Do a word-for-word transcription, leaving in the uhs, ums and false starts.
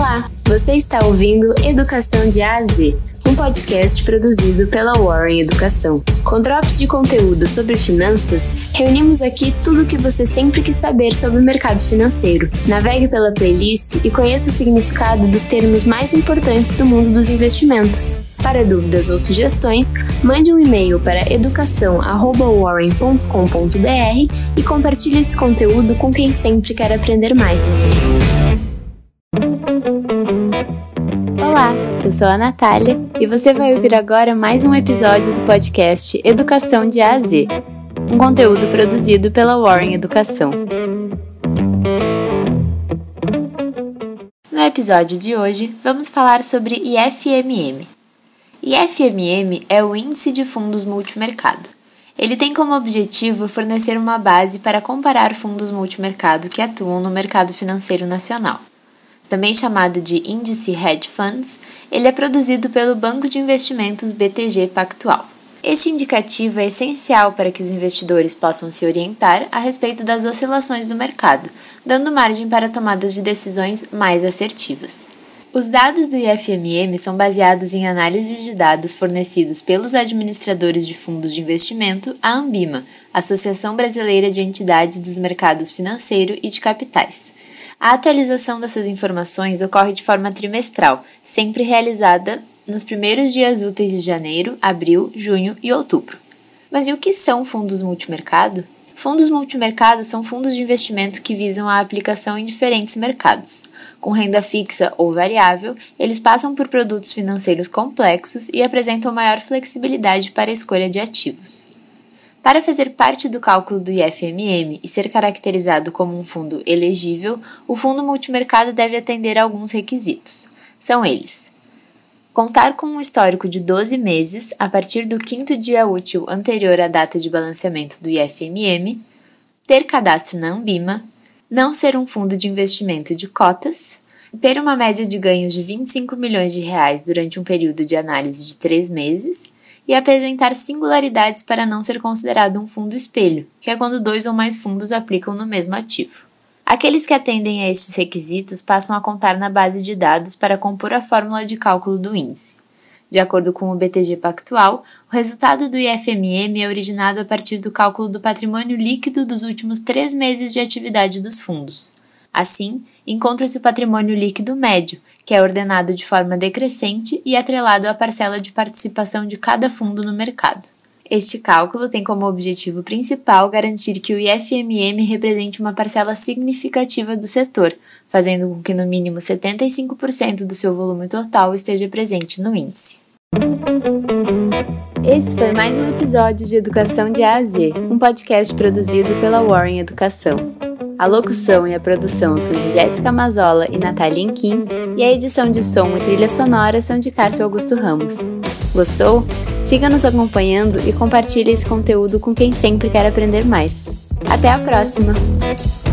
Olá, você está ouvindo Educação de A a Z, um podcast produzido pela Warren Educação. Com drops de conteúdo sobre finanças, reunimos aqui tudo o que você sempre quis saber sobre o mercado financeiro. Navegue pela playlist e conheça o significado dos termos mais importantes do mundo dos investimentos. Para dúvidas ou sugestões, mande um e-mail para educação arroba warren ponto com ponto b r e compartilhe esse conteúdo com quem sempre quer aprender mais. Olá, eu sou a Natália e você vai ouvir agora mais um episódio do podcast Educação de A a Z, um conteúdo produzido pela Warren Educação. No episódio de hoje, vamos falar sobre I F M M. I F M M é o Índice de Fundos Multimercado. Ele tem como objetivo fornecer uma base para comparar fundos multimercado que atuam no mercado financeiro nacional. Também chamado de Índice Hedge Funds, ele é produzido pelo Banco de Investimentos B T G Pactual. Este indicativo é essencial para que os investidores possam se orientar a respeito das oscilações do mercado, dando margem para tomadas de decisões mais assertivas. Os dados do I F M M são baseados em análises de dados fornecidos pelos administradores de fundos de investimento à Ambima, Associação Brasileira de Entidades dos Mercados Financeiro e de Capitais. A atualização dessas informações ocorre de forma trimestral, sempre realizada nos primeiros dias úteis de janeiro, abril, junho e outubro. Mas e o que são fundos multimercado? Fundos multimercado são fundos de investimento que visam a aplicação em diferentes mercados. Com renda fixa ou variável, eles passam por produtos financeiros complexos e apresentam maior flexibilidade para a escolha de ativos. Para fazer parte do cálculo do I F M M e ser caracterizado como um fundo elegível, o fundo multimercado deve atender a alguns requisitos. São eles: contar com um histórico de doze meses a partir do quinto dia útil anterior à data de balanceamento do I F M M, ter cadastro na Ambima, não ser um fundo de investimento de cotas, ter uma média de ganhos de vinte e cinco milhões de reais durante um período de análise de três meses e apresentar singularidades para não ser considerado um fundo espelho, que é quando dois ou mais fundos aplicam no mesmo ativo. Aqueles que atendem a estes requisitos passam a contar na base de dados para compor a fórmula de cálculo do índice. De acordo com o B T G Pactual, o resultado do I F M M é originado a partir do cálculo do patrimônio líquido dos últimos três meses de atividade dos fundos. Assim, encontra-se o patrimônio líquido médio, que é ordenado de forma decrescente e atrelado à parcela de participação de cada fundo no mercado. Este cálculo tem como objetivo principal garantir que o I F M M represente uma parcela significativa do setor, fazendo com que no mínimo setenta e cinco por cento do seu volume total esteja presente no índice. Esse foi mais um episódio de Educação de A a Z, um podcast produzido pela Warren Educação. A locução e a produção são de Jéssica Mazola e Natália Inquim, e a edição de som e trilha sonora são de Cássio Augusto Ramos. Gostou? Siga nos acompanhando e compartilhe esse conteúdo com quem sempre quer aprender mais. Até a próxima!